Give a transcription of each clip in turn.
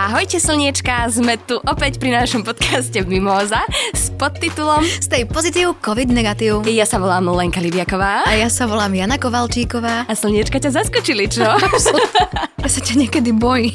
Ahojte slniečka, sme tu opäť pri našom podcaste Mimóza s podtitulom Stay pozitív, covid negatív. Ja sa volám Lenka Libiaková. A ja sa volám Jana Kovalčíková. A slniečka ťa zaskočili, čo? Ja sa ťa niekedy bojím.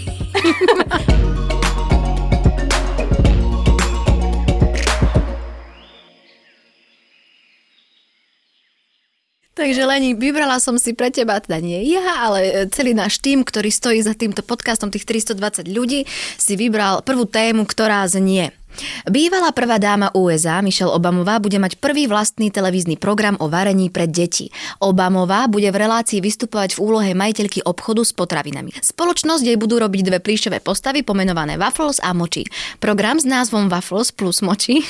Takže Leni, vybrala som si pre teba, teda nie ja, ale celý náš tím, ktorý stojí za týmto podcastom, tých 320 ľudí, si vybral prvú tému, ktorá znie. Bývalá prvá dáma USA Michelle Obamová bude mať prvý vlastný televízny program o varení pre deti. Obamová bude v relácii vystupovať v úlohe majiteľky obchodu s potravinami. Spoločnosť jej budú robiť dve plíšové postavy pomenované Waffles a Mochi. Program s názvom Waffles plus Mochi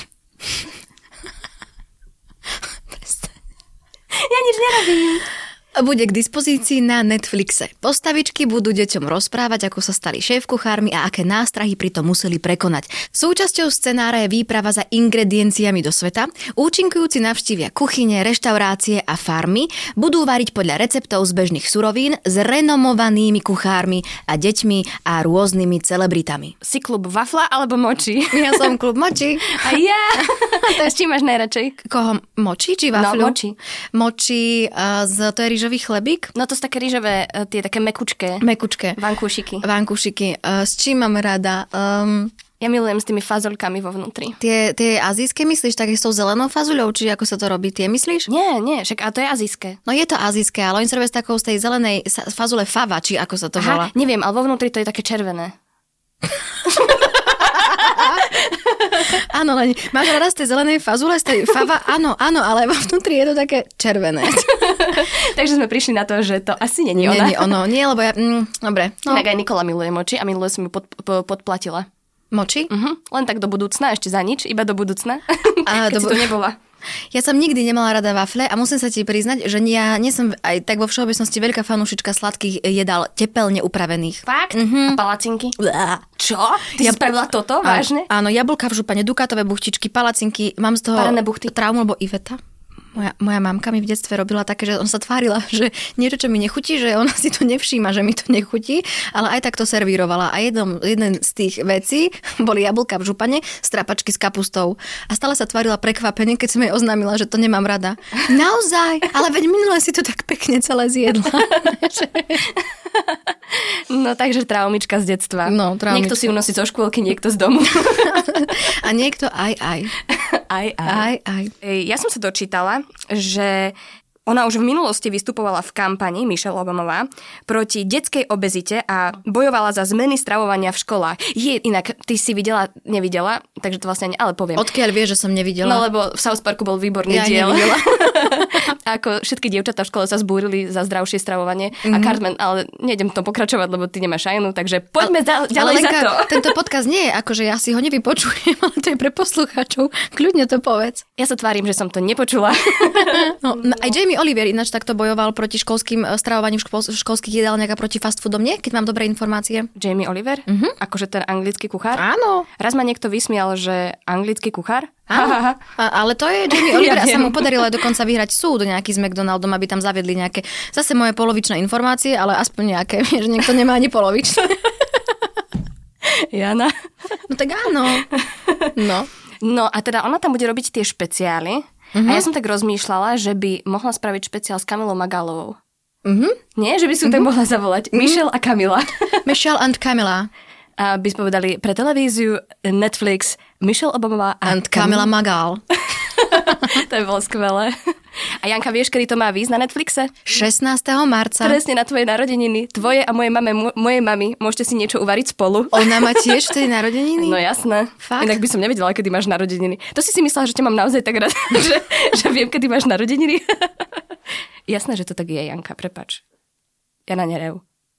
Ja nič nerobím. Bude k dispozícii na Netflixe. Postavičky budú deťom rozprávať, ako sa stali šéfkuchármi a aké nástrahy pritom museli prekonať. Súčasťou scenára je výprava za ingredienciami do sveta. Účinkujúci navštívia kuchyne, reštaurácie a farmy. Budú variť podľa receptov z bežných surovín s renomovanými kuchármi a deťmi a rôznymi celebritami. Si klub Wafla alebo Mochi? Ja som klub Mochi. A ja? S čím máš najradšej? Koho? Mochi či waflu? No, Mochi. Mochi to je rýžový chlebík? No to sú také rýžové, tie také mekučké. Mekučké. Vankúšiky. S čím mám rada? Ja milujem s tými fazolkami vo vnútri. Tie azijské myslíš, také s tou zelenou fazuľou, či ako sa to robí, tie myslíš? Nie, však a to je azijské. No je to azijské, ale oni sa robia s takou z tej zelenej fazule fava, či ako sa to volá. Neviem, ale vo vnútri to je také červené. Áno, len máš rada z tej zelenej fazule, z tej fava, áno, ale vo vnútri je to také červené. Takže sme prišli na to, že to asi není ona. Nie ono, nie, lebo ja, dobre. No. Inak aj Nikola miluje Mochi a minulé som ju podplatila. Mochi? Len tak do budúcna, ešte za nič, iba do budúcna, keď si to nebola. Ja som nikdy nemala rada wafle a musím sa ti priznať, že ja nie som aj tak vo všeobecnosti veľká fanúšička sladkých jedál tepelne upravených. Fakt? A palacinky? Čo? Ty si spravila toto? Vážne? Áno, jablka v župane, dukátové buchtičky, palacinky, mám z toho traumu, lebo Iveta. Moja mamka mi v detstve robila také, že on sa tvárila, že niečo, čo mi nechutí, že ona si to nevšíma, že mi to nechutí, ale aj tak to servírovala. A jeden z tých vecí boli jablka v župane, strapačky s kapustou. A stále sa tvárila prekvapenie, keď som jej oznámila, že to nemám rada. Naozaj? Ale veď minule si to tak pekne celé zjedla. No takže traumička z detstva. No, niekto si ju nosí zo škôlky, niekto z domu. A niekto aj. Ja som sa dočítala, že ona už v minulosti vystupovala v kampani, Michelle Obamová, proti detskej obezite a bojovala za zmeny stravovania v školách. Inak, ty si nevidela, takže to vlastne ale poviem. Odkiaľ vieš, že som nevidela? No, lebo v South Parku bol výborný diel. Nevidela. Ako všetky dievčatá v škole sa zbúrili za zdravšie stravovanie a Cartman, ale nejdem to pokračovať, lebo ty nemáš ajnu, takže poďme ďalej za to. Tento podcast nie je ako, že ja si ho nevypočujem, ale to je pre poslucháčov. Kľudne to povedz. Ja sa tvárim, že som to nepočula. No, aj Jamie Oliver ináč takto bojoval proti školským stravovaním v školských jedálniach a proti fast foodom, nie? Keď mám dobré informácie. Jamie Oliver? Akože ten anglický kuchár? Áno. Raz ma niekto vysmial, že anglický kuchár? Áno. Ale to je Jamie Oliver a sa mu podarilo aj dokonca vyhrať súd nejaký s McDonaldom, aby tam zaviedli nejaké zase moje polovičné informácie, ale aspoň nejaké, že niekto nemá ani polovičné. Jana? No tak áno. No a teda ona tam bude robiť tie špeciály. A ja som tak rozmýšľala, že by mohla spraviť špeciál s Kamilou Magálovou. Nie? Že by si ju tak mohla zavolať. Michelle a Kamila. Michelle and Kamila. A by sme povedali pre televíziu, Netflix, Michelle Obamová and Kamila Magál. To by bolo skvelé. A Janka, vieš, kedy to má výjsť na Netflixe? 16. marca. Presne na tvoje narodeniny. Tvoje a mojej mami. Môžete si niečo uvariť spolu. Ona má tiež vtedy narodeniny? No jasné. Fakt? Inak by som nevedela, kedy máš narodeniny. To si myslela, že ťa mám naozaj tak rád, že viem, kedy máš narodeniny. Jasné, že to tak je, Janka, prepáč. Ja na nerev.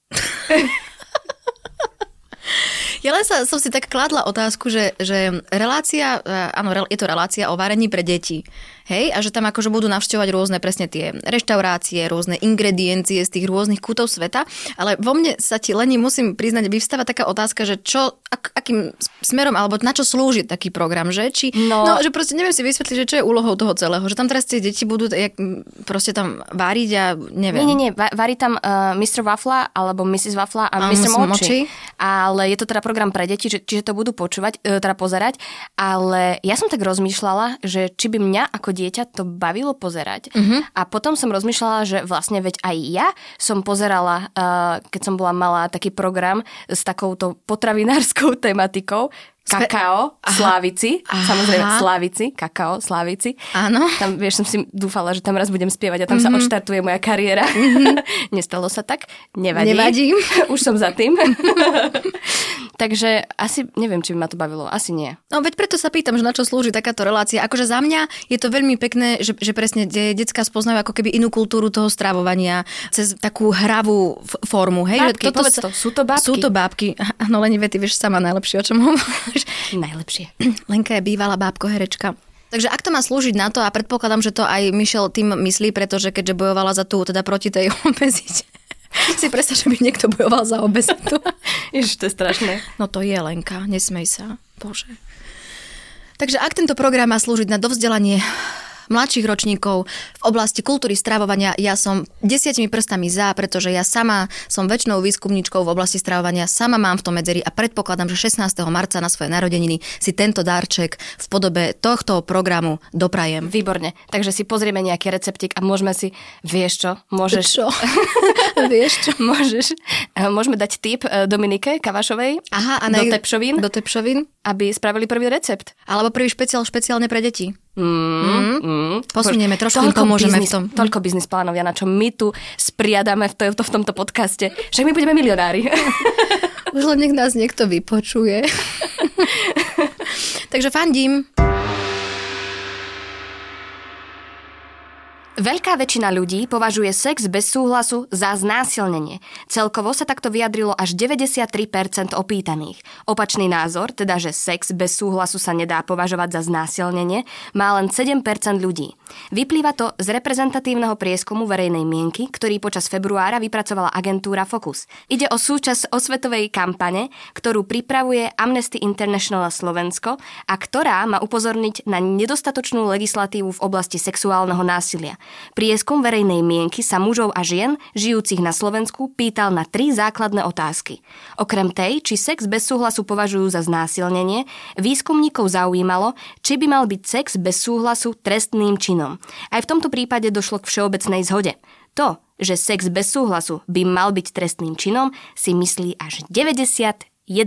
Ja len som si tak kladla otázku, že relácia, áno, je to relácia o varení pre deti. Hej, a že tam akože budú navštevovať rôzne presne tie reštaurácie, rôzne ingrediencie z tých rôznych kútov sveta, ale vo mne sa ti Leni musím priznať, vyvstáva taká otázka, že akým smerom, alebo na čo slúži taký program, že? Že proste neviem si vysvetliť, že čo je úlohou toho celého, že tam teraz tie deti budú proste tam váriť a neviem. Nie, varí tam Mr. Waffla alebo Mrs. Waffla a Mr. Mochi. Ale je to teda program program pre deti, čiže to budú pozerať, ale ja som tak rozmýšľala, že či by mňa ako dieťa to bavilo pozerať. A potom som rozmýšľala, že vlastne veď aj ja som pozerala, keď som bola malá, taký program s takouto potravinárskou tematikou, kakao, slávici, samozrejme slávici, kakao, slávici. Áno. Tam, vieš, som si dúfala, že tam raz budem spievať a tam sa odštartuje moja kariéra. Nestalo sa tak, nevadí. Už som za tým. Takže asi neviem, či by ma to bavilo. Asi nie. No veď preto sa pýtam, že na čo slúži takáto relácia. Akože za mňa je to veľmi pekné, že presne decká spoznajú ako keby inú kultúru toho stravovania cez takú hravú formu. Hej? Bábky, povedz to. Sú to bábky? Sú to bábky. No Leni, ty vieš sama najlepšie, o čom hovoríš. Najlepšie. Lenka je bývalá bábko herečka. Takže ak to má slúžiť na to, a predpokladám, že to aj Michelle tým myslí, pretože keďže bojovala za tú, teda proti tej obezite. Si predstav, že by niekto bojoval za obezitu. Ježiš, to je strašné. No to je, Lenka, nesmej sa. Bože. Takže ak tento program má slúžiť na dovzdelanie mladších ročníkov v oblasti kultúry stravovania, ja som 10 prstami za, pretože ja sama som väčšinou výskumníčkou v oblasti stravovania, sama mám v tom medzery a predpokladám, že 16. marca na svoje narodeniny si tento darček v podobe tohto programu doprajem. Výborne. Takže si pozrieme nejaký receptik a môžeme si, vieš čo, môžeš... Čo? Vieš čo? Môžeme dať tip Dominike Kavašovej do Tepšovín, aby spravili prvý recept. Alebo prvý špeciálne pre deti. Posunieme, trošku im pomôžeme v tom. Toľko biznis plánov, na čo my tu spriadame v tomto podcaste. Však my budeme milionári. Už len nech nás niekto vypočuje. Takže fandím. Veľká väčšina ľudí považuje sex bez súhlasu za znásilnenie. Celkovo sa takto vyjadrilo až 93% opýtaných. Opačný názor, teda že sex bez súhlasu sa nedá považovať za znásilnenie, má len 7% ľudí. Vyplýva to z reprezentatívneho prieskumu verejnej mienky, ktorý počas februára vypracovala agentúra Focus. Ide o súčasť osvetovej kampane, ktorú pripravuje Amnesty International Slovensko a ktorá má upozorniť na nedostatočnú legislatívu v oblasti sexuálneho násilia. Prieskum verejnej mienky sa mužov a žien, žijúcich na Slovensku, pýtal na 3 základné otázky. Okrem tej, či sex bez súhlasu považujú za znásilnenie, výskumníkov zaujímalo, či by mal byť sex bez súhlasu trestným činom. Aj v tomto prípade došlo k všeobecnej zhode. To, že sex bez súhlasu by mal byť trestným činom, si myslí až 91%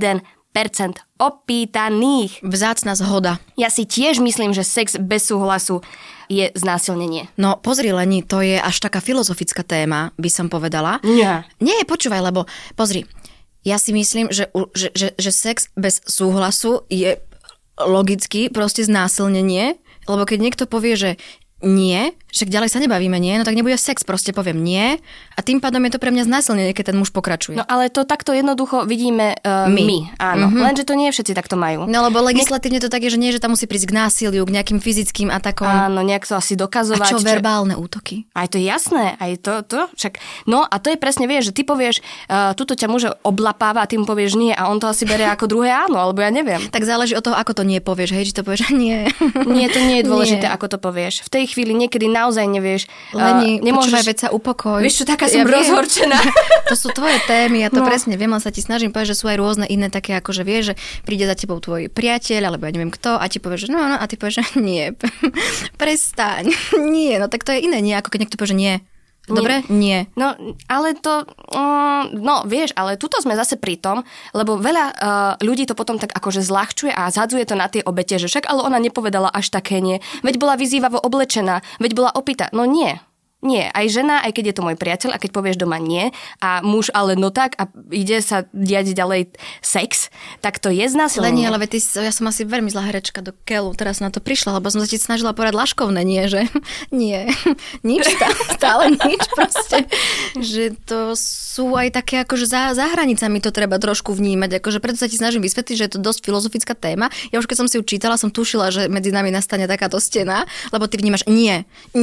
opýtaných. Vzácna zhoda. Ja si tiež myslím, že sex bez súhlasu je znásilnenie. No pozri, Leni, to je až taká filozofická téma, by som povedala. Nie, počúvaj, lebo pozri, ja si myslím, že sex bez súhlasu je logicky proste znásilnenie, lebo keď niekto povie, že nie, však ďalej sa nebavíme, nie, no tak nebude sex, proste poviem nie a tým pádom je to pre mňa znásilnenie, keď ten muž pokračuje. No ale to takto jednoducho vidíme my. Áno, lenže to nie všetci takto majú. No lebo legislatívne to tak je, že nie, že tam musí prísť k násiliu, k nejakým fyzickým atakom. Áno, nejak to asi dokazovať. A čo verbálne útoky? Aj to je jasné, aj to však. No a to je presne, vieš, že ty povieš, tuto ťa muž oblapáva a ty mu povieš nie a on to asi berie ako druhé áno, alebo ja neviem. Tak záleží od toho, ako to nie povieš, hej, či to povieš nie. Nie, to nie je dôležité, ako to povieš. V tej chvíli niekedy naozaj nevieš. Leni, počúvaj, veď sa upokoj. Vieš čo, taká som rozhorčená. To sú tvoje témy, ja to presne viem, len sa ti snažím povedať, že sú aj rôzne iné také, ako že vieš, že príde za tebou tvoj priateľ, alebo ja neviem kto, a ti povie, že no, a ty povieš, že nie. Prestaň. Nie, no tak to je iné, nie, ako keď niekto povie, že nie. Dobre? Nie. No, ale to, vieš, ale tuto sme zase pri tom, lebo veľa ľudí to potom tak akože zľahčuje a zhadzuje to na tie obete, že však ale ona nepovedala až také nie. Veď bola vyzývavo oblečená, veď bola opýta. No nie. Nie, aj žena, aj keď je to môj priateľ a keď povieš doma nie a muž ale no tak a ide sa diať ďalej sex, tak to je znásilnenie. Leni, ale ja som asi veľmi zlá herečka do keľu, teraz na to prišla, lebo som sa ti snažila povedať laškovné nie, že nie, nič, stále nič proste, že to sú aj také akože za hranicami to treba trošku vnímať, akože preto sa ti snažím vysvetliť, že je to dosť filozofická téma. Ja už keď som si ju čítala, som tušila, že medzi nami nastane takáto stena, lebo ty vnímaš nie.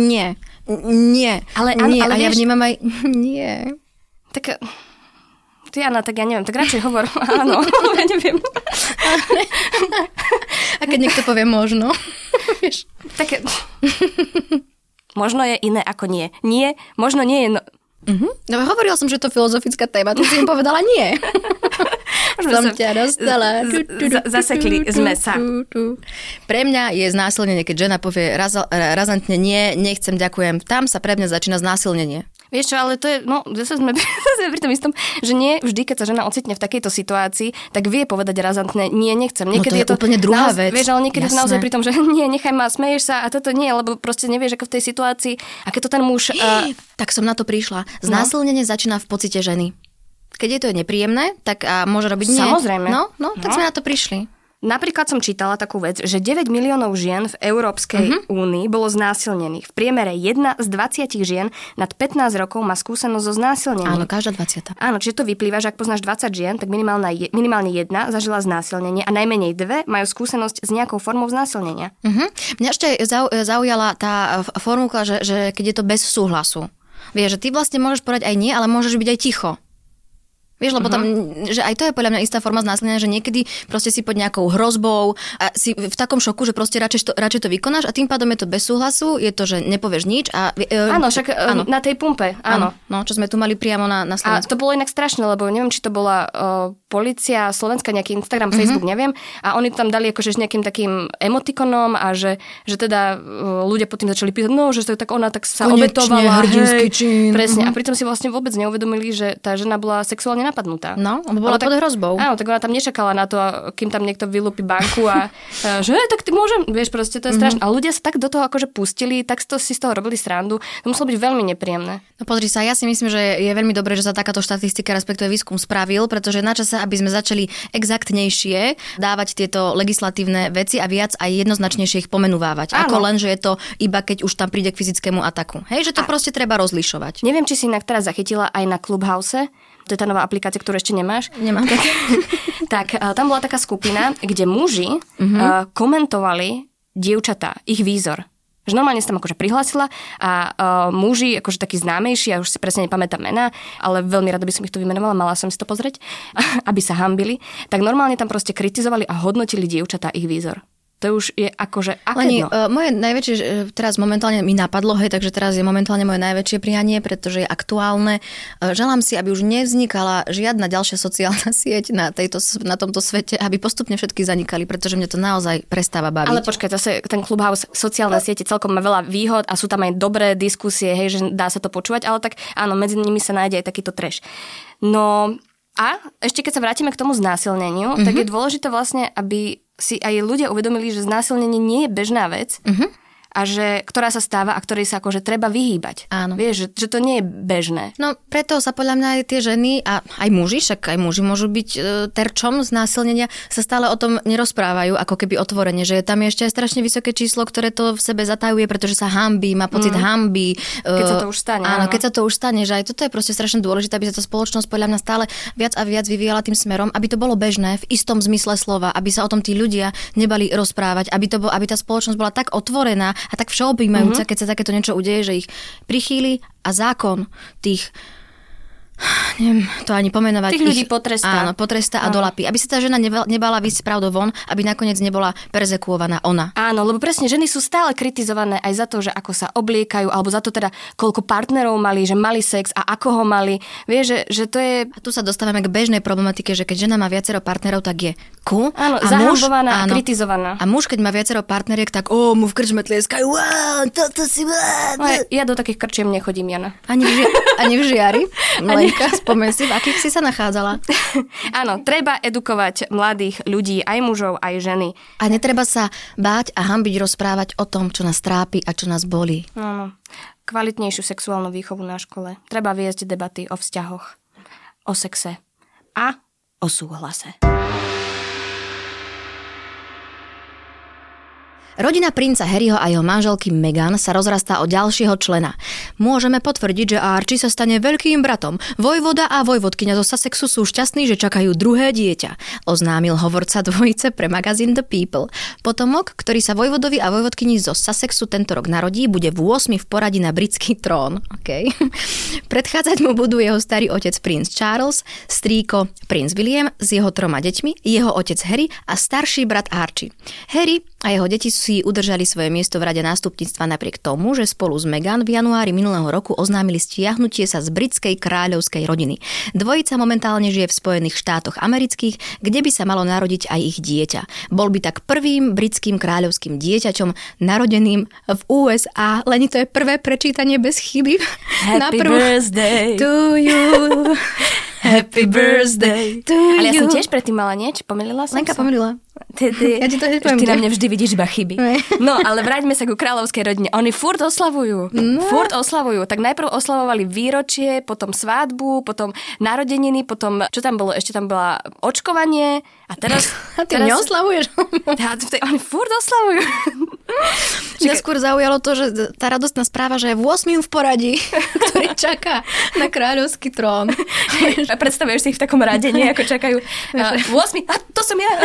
Ale a ja vnímam aj nie. Tak ty, Anna, tak ja neviem, tak radšej hovor áno, ja neviem. A keď niekto povie možno. Tak možno je iné ako nie. Nie, možno nie je... No hovorila som, že to je filozofická téma, ty si im povedala nie. Som ťa dostala. Zasekli sme sa. Pre mňa je znásilnenie, keď žena povie razantne nie, nechcem, ďakujem. Tam sa pre mňa začína znásilnenie. Vieš čo, ale to je, zase sme pri tom istom, že nie vždy, keď sa žena ocitne v takejto situácii, tak vie povedať razantne, nie, nechcem. Niekedy je to úplne druhá vec. Vieš, ale niekedy je to naozaj pri tom, že nie, nechaj ma, smeješ sa a toto nie, lebo proste nevieš, ako v tej situácii. A keď to ten muž... Tak som na to prišla. Znásilnenie začína v pocite ženy. Keď je to nepríjemné, tak môže robiť nie. Samozrejme. Tak sme na to prišli. Napríklad som čítala takú vec, že 9 miliónov žien v Európskej únii bolo znásilnených. V priemere 1 z 20 žien nad 15 rokov má skúsenosť so znásilnením. Áno, každá 20. Áno, čiže to vyplýva, že ak poznáš 20 žien, tak minimálne jedna zažila znásilnenie a najmenej 2 majú skúsenosť s nejakou formou znásilnenia. Mňa ešte zaujala tá formulka, že keď je to bez súhlasu. Vieš, že ty vlastne môžeš povedať aj nie, ale môžeš byť aj ticho. Vieš, lebo tam, že aj to je podľa mňa istá forma znásilnenia, že niekedy proste si pod nejakou hrozbou a si v takom šoku, že proste radšej to vykonáš a tým pádom je to bez súhlasu, je to, že nepovieš nič a... Áno, však na tej pumpe, áno. No, čo sme tu mali priamo na Slovensku. A to bolo inak strašné, lebo neviem, či to bola polícia Slovenska, nejaký Instagram, Facebook, neviem, a oni to tam dali akože s nejakým takým emotikonom a že teda ľudia potom začali pýtať, že tak ona tak sa obetovala. Hrdinský čin. Presne, a pritom si vlastne vôbec neuvedomili, že tá žena bola sexuálne napadnutá. No, bola pod hrozbou. Áno, tak ona tam nečakala na to, kým tam niekto vylúpi banku a že tak ty môžem, vieš, proste to je strašné. A ľudia sa tak do toho akože pustili, tak si z toho robili srandu. To muselo byť veľmi nepríjemné. No pozri sa, ja si myslím, že je veľmi dobré, že sa takáto štatistika, respektíve výskum spravil, pretože na čase, aby sme začali exaktnejšie dávať tieto legislatívne veci a viac aj jednoznačnejšie ich pomenúvávať. Ako len, že je to iba keď už tam príde k fyzickému ataku. Hej, že to proste treba rozlišovať. Neviem, či si inak teraz zachytila aj na Clubhouse. To je tá nová aplikácia, ktorú ešte nemáš. Nemám. Tak tam bola taká skupina, kde muži komentovali dievčatá, ich výzor. Že normálne sa tam akože prihlásila a muži, akože takí známejší, ja už si presne nepamätám mená, ale veľmi rada by som ich tu vymenovala, mala som si to pozrieť, aby sa hanbili, tak normálne tam proste kritizovali a hodnotili dievčatá ich výzor. To už je akože aké dno? Moje najväčšie, teraz momentálne mi napadlo, takže teraz je momentálne moje najväčšie prianie, pretože je aktuálne. Želám si, aby už nevznikala žiadna ďalšia sociálna sieť na tomto svete, aby postupne všetky zanikali, pretože mňa to naozaj prestáva baviť. Ale počkaj, zase ten Clubhouse, sociálne siete celkom má veľa výhod a sú tam aj dobré diskusie, hej, že dá sa to počúvať, ale tak áno, medzi nimi sa nájde aj takýto trash. No a ešte keď sa vrátime k tomu znásilneniu, tak je dôležité vlastne, aby si aj ľudia uvedomili, že znásilnenie nie je bežná vec a ktorá sa stáva a ktorej sa akože treba vyhýbať. Áno. Vieš, že to nie je bežné. No preto sa podľa mňa aj tie ženy a aj muži, však aj muži môžu byť terčom znásilnenia, sa stále o tom nerozprávajú, ako keby otvorene, že tam je ešte aj strašne vysoké číslo, ktoré to v sebe zatajuje, pretože sa hanbí, má pocit hanby. Keď sa to už stane. Áno, keď sa to už stane, že aj toto je proste strašne dôležité, aby sa tá spoločnosť podľa mňa stále viac a viac vyvíjala tým smerom, aby to bolo bežné v istom zmysle slova, aby sa o tom tí ľudia nebali rozprávať, aby tá spoločnosť bola tak otvorená a tak všeobjímajúca, keď sa takéto niečo udeje, že ich prichýli a zákon tých, neviem to ani pomenovať. Tých ľudí potrestá. Áno, potrestá a dolapí. Aby sa tá žena nebala výsť pravdou von, aby nakoniec nebola perzekuovaná ona. Áno, lebo presne ženy sú stále kritizované aj za to, že ako sa obliekajú, alebo za to teda, koľko partnerov mali, že mali sex a ako ho mali. Vieš, že to je... A tu sa dostávame k bežnej problematike, že keď žena má viacero partnerov, tak je cool. Áno, zahambovaná a kritizovaná. A muž, keď má viacero partneriek, tak mu v krčme tlieskajú. Toto si... Ja do takých krčiem nechodím, Jana. Ani v Žiari? Spomeň si, v akých si sa nachádzala. Áno, treba edukovať mladých ľudí, aj mužov, aj ženy. A netreba sa báť a hanbiť rozprávať o tom, čo nás trápi a čo nás bolí. Áno, kvalitnejšiu sexuálnu výchovu na škole. Treba viesť debaty o vzťahoch, o sexe a o súhlase. Rodina princa Harryho a jeho manželky Meghan sa rozrastá o ďalšieho člena. Môžeme potvrdiť, že Archie sa stane veľkým bratom. Vojvoda a vojvodkyňa zo Sussexu sú šťastní, že čakajú druhé dieťa, oznámil hovorca dvojice pre magazín The People. Potomok, ktorý sa vojvodovi a vojvodkyni zo Sussexu tento rok narodí, bude v 8. v poradí na britský trón. Okay. Predchádzať mu budú jeho starý otec princ Charles, strýko princ William s jeho 3 deťmi, jeho otec Harry a starší brat Archie. Harry a jeho deti si udržali svoje miesto v rade nástupníctva napriek tomu, že spolu s Meghan v januári minulého roku oznámili stiahnutie sa z britskej kráľovskej rodiny. Dvojica momentálne žije v Spojených štátoch amerických, kde by sa malo narodiť aj ich dieťa. Bol by tak prvým britským kráľovským dieťaťom narodeným v USA. Leni, to je prvé prečítanie bez chyby. Happy birthday to you. Happy birthday to you. Ale ja som tiež predtým mala niečo, pomýlila som Lenka sa. pomýlila. Ja ti to hneď poviem. Ty na mňa vždy vidíš iba chyby. No, ale vráťme sa ku kráľovskej rodine. Oni furt oslavujú. Tak najprv oslavovali výročie, potom svadbu, potom narodeniny, potom, čo tam bolo? Ešte tam bola očkovanie. A teraz... A ty neoslavuješ? Oni furt oslavujú. Mňa skôr zaujalo to, že tá radostná správa, že je 8. v poradí, ktorý čaká na kráľovský trón. A predstavuješ si ich v takom rade, nie? Ako čakajú 8. A to som ja.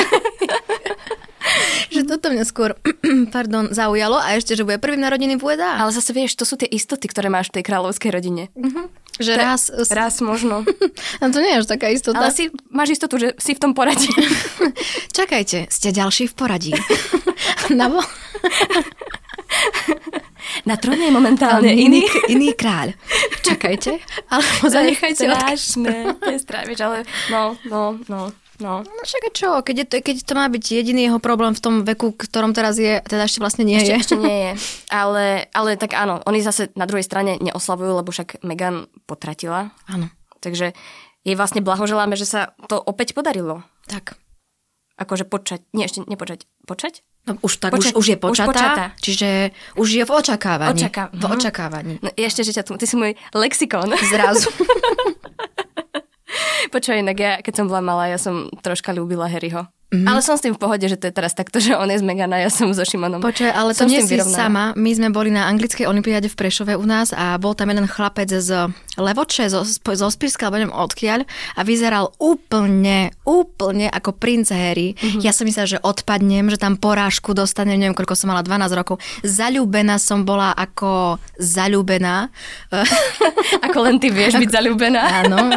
Že toto mňa skôr zaujalo a ešte, že bude prvým narodeným v USA. Ale zase vieš, to sú tie istoty, ktoré máš v tej kráľovskej rodine. Že raz možno. A to nie je už taká istota. Ale máš istotu, že si v tom poradí. Čakajte, ste ďalší v poradí. Na tróne je momentálne iný kráľ. Čakajte, alebo zanechajte strašné. To je strašné, ale no. No však čo, keď to má byť jediný jeho problém v tom veku, ktorom teraz je, teda ešte vlastne nie je. Ešte nie je. Ale tak áno, oni zase na druhej strane neoslavujú, lebo však Meghan potratila. Áno. Takže jej vlastne blahoželáme, že sa to opäť podarilo. Tak. Akože počať. Nie, ešte nepočať. Počať? No už je počatá. Čiže už je v očakávaní. V očakávaní. No, ešte, že ty si môj lexikon. Zrazu. Počuj, inak ja, keď som bola malá, ja som troška ľúbila Harryho. Ale som s tým v pohode, že to je teraz takto, že on je z Meghan a ja som so Šimonom. Počuj, ale to nie si sama. My sme boli na anglickej olympiáde v Prešove u nás a bol tam jeden chlapec z Levoče, zo Spišska, alebo neviem odkiaľ a vyzeral úplne ako princ Harry. Ja som myslela, že odpadnem, že tam porážku dostanem, neviem, koľko som mala, 12 rokov. Zaľúbená som bola ako zaľúbená. Ako len ty vieš byť zaľúbená. Áno.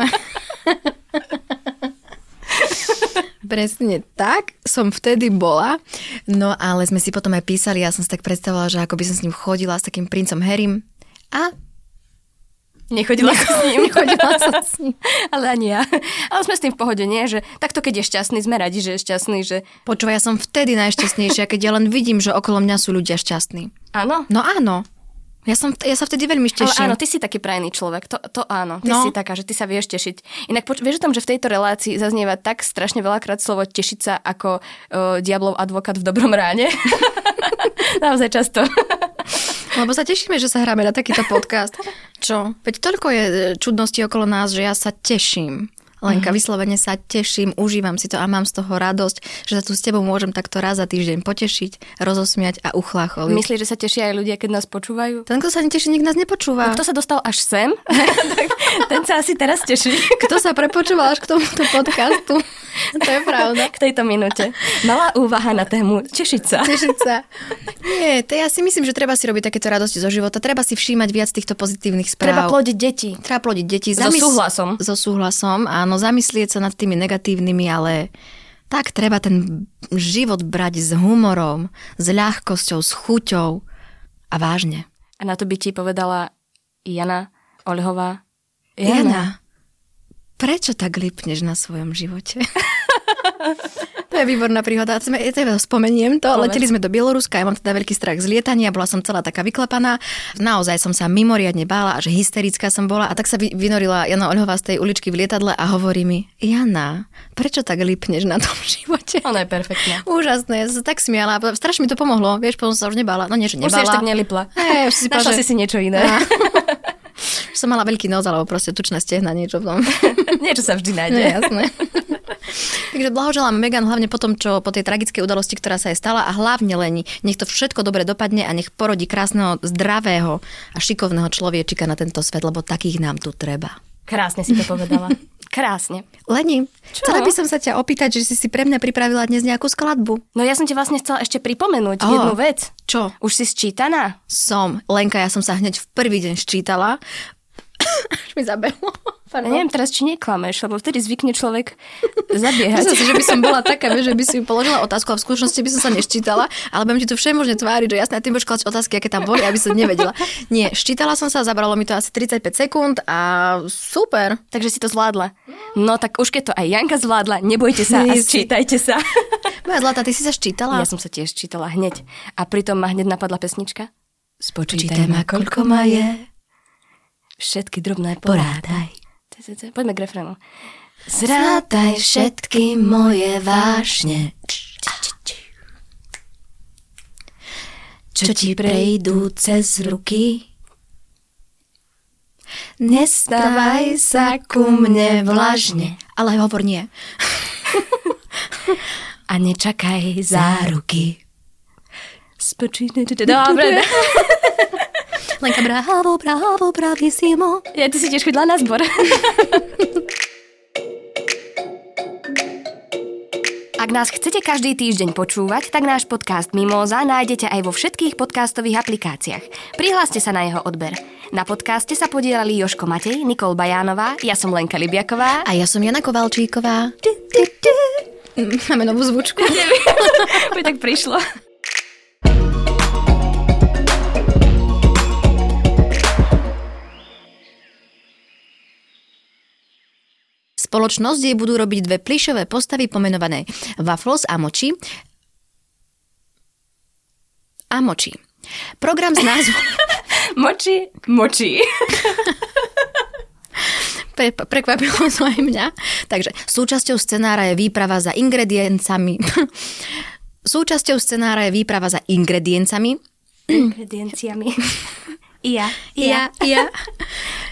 Presne tak som vtedy bola. No ale sme si potom aj písali, ja som si tak predstavovala, že ako by som s ním chodila, s takým princom Harrym. A Nechodila som s ním. Ale ani ja. Ale sme s tým v pohode, nie? Že takto, keď je šťastný, sme radi, že je šťastný. Že... Počúvaj, ja som vtedy najšťastnejšia, keď ja len vidím, že okolo mňa sú ľudia šťastní. Áno? No áno. Ja sa vtedy veľmi teším. Ale áno, ty si taký prajný človek. To áno. Ty si taká, že ty sa vieš tešiť. Inak vieš o tom, že v tejto relácii zaznieva tak strašne veľakrát slovo tešiť sa ako diablov advokát v dobrom ráne. Naozaj často. Lebo sa tešíme, že sa hráme na takýto podcast. Čo? Veď toľko je čudností okolo nás, že ja sa teším. Lenka, vyslovene sa teším, užívam si to a mám z toho radosť, že sa tu s tebou môžem takto raz za týždeň potešiť, rozosmiať a uchlácholiť. Myslíš, že sa tešia aj ľudia, keď nás počúvajú? Ten, kto sa neteší, nik nás nepočúva. Kto sa dostal až sem, ten sa asi teraz teší. Kto sa prepočúval až k tomuto podcastu, to je pravda. K tejto minúte. Malá úvaha na tému tešiť sa. Tešiť sa. Nie, to ja si myslím, že treba si robiť takéto radosti zo života, treba si všímať viac týchto pozitívnych správ. Treba plodiť deti. So súhlasom, áno, zamyslieť sa nad tými negatívnymi, ale tak treba ten život brať s humorom, s ľahkosťou, s chuťou a vážne. A na to by ti povedala Jana Olhová. Jana, prečo tak lipneš na svojom živote? To je výborná príhoda. Ja teda spomeniem to. Leteli sme do Bieloruska, ja mám teda veľký strach z lietania, bola som celá taká vyklepaná. Naozaj som sa mimoriadne bála, až hysterická som bola a tak sa vynorila Jana Oľhová z tej uličky v lietadle a hovorí mi: Jana, prečo tak lipneš na tom živote? Ona je perfektná. Úžasné, ja som tak smiala. Strašne mi to pomohlo, vieš, potom sa už nebála. No niečo nebála. Už si tak nelipla. Našla si niečo iné. Som mala veľký nos, alebo proste tučné stehna, niečo v tom. Niečo sa vždy nájde. Jasné. Takže blahoželám Meghan hlavne po tom, čo po tej tragickej udalosti, ktorá sa jej stala a hlavne Leni. Nech to všetko dobre dopadne a nech porodí krásneho, zdravého a šikovného človečika na tento svet, lebo takých nám tu treba. Krásne si to povedala. Krásne. Leni, chcela by som sa ťa opýtať, že si pre mňa pripravila dnes nejakú skladbu. No ja som ti vlastne chcela ešte pripomenúť jednu vec. Čo? Už si sčítaná? Som. Lenka, ja som sa hneď v prvý deň sčítala. Až mi zabehlo. Ja neviem teraz, či neklameš, lebo vtedy zvykne človek zabiehať. Myslím si, že by som bola taká, že by si položila otázku a v skutočnosti by som sa neščítala, ale budem ti to všemožne tváriť, že jasné, tým budeš klať otázky, aké tam boli, aby som nevedela. Nie, ščítala som sa, zabralo mi to asi 35 sekúnd a super. Takže si to zvládla. No tak už keď to aj Janka zvládla, nebojte sa a sčítajte sa. Moja zlatá, ty si sa ščítala? Ja som sa tiež ščítala hneď. A pritom ma hneď napadla pesnička. Spočítaj ma, koľko ma je. Všetky drobné porádaj. Poďme k refrénu. Zrátaj všetky moje vášne, čo ti prejdú cez ruky. Nestávaj sa ku mne vlažne. Ale hovor nie. A nečakaj záruky. Dobre. Lenka, bravo, bravissimo. Ja, ty si tiež chodila na zbor. Ak nás chcete každý týždeň počúvať, tak náš podcast Mimóza nájdete aj vo všetkých podcastových aplikáciách. Prihláste sa na jeho odber. Na podcaste sa podielali Jožko Matej, Nikol Bajánová, ja som Lenka Libiaková. A ja som Jana Kovalčíková. Máme novú zvučku. Tak prišlo. Spoločnosť jej budú robiť dve plyšové postavy pomenované Waffles a Mochi. Program s názvom... Moči. Prekvapilo to aj mňa. Takže súčasťou scenára je výprava za ingrediencami. Ingredienciami. Ja.